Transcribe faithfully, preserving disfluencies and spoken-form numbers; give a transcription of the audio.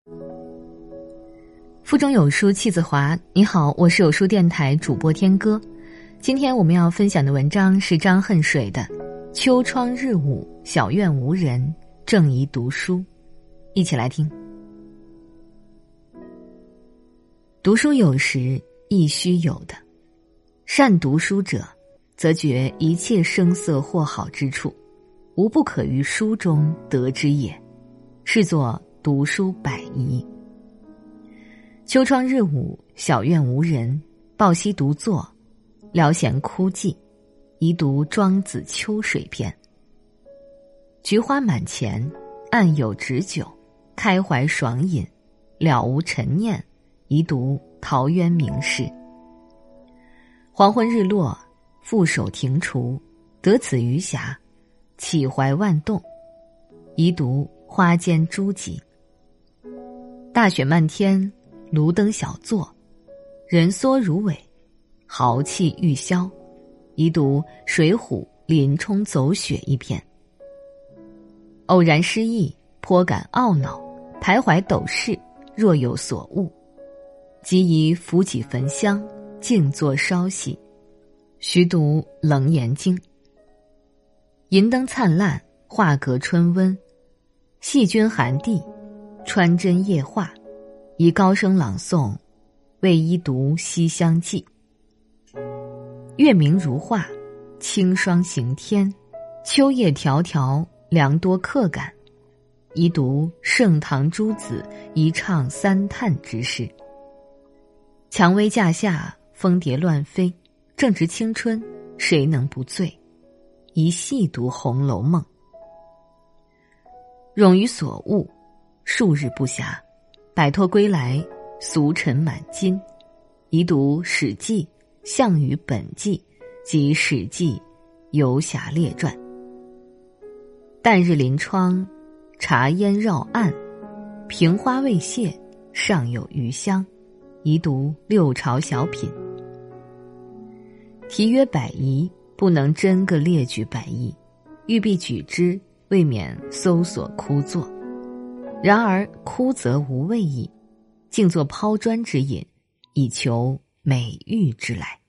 腹中有书气自华。你好，我是有书电台主播天歌。今天我们要分享的文章是张恨水的《秋窗日午，小院无人，正宜读书》，一起来听。读书有时亦须有的，善读书者，则觉一切声色或好之处，无不可于书中得之也，是作读书百宜。秋窗日午，小院无人，抱膝独坐，聊闲枯寂，宜读庄子秋水篇。菊花满前，案有止酒，开怀爽饮，了无陈念，宜读陶渊明诗。黄昏日落，负手停除，得此余暇，启怀万动，宜读花间诸集。大雪漫天，炉灯小坐，人缩如尾，豪气欲消，宜读《水浒》林冲走雪一篇。偶然失意，颇感懊恼，徘徊斗室，若有所悟，即宜扶几焚香，静坐稍息，须读《楞严经》。银灯灿烂，画阁春温，细菌寒地，穿针夜话，以高声朗诵，为一读《西厢记》。月明如画，清霜行天，秋夜迢迢，良多客感，宜读盛唐诸子一唱三叹之诗。蔷薇架下，蜂蝶乱飞，正值青春，谁能不醉？宜细读《红楼梦》。冗于所悟，数日不暇，摆脱归来，俗尘满襟，宜读《史记》《项羽本纪》及《史记》《游侠列传》。淡日临窗，茶烟绕岸，瓶花未谢，尚有余香，宜读《六朝小品》。题曰百宜，不能真个列举百宜，欲必举之，未免搜索枯坐。然而枯则无味矣，静坐抛砖之饮，以求美玉之来。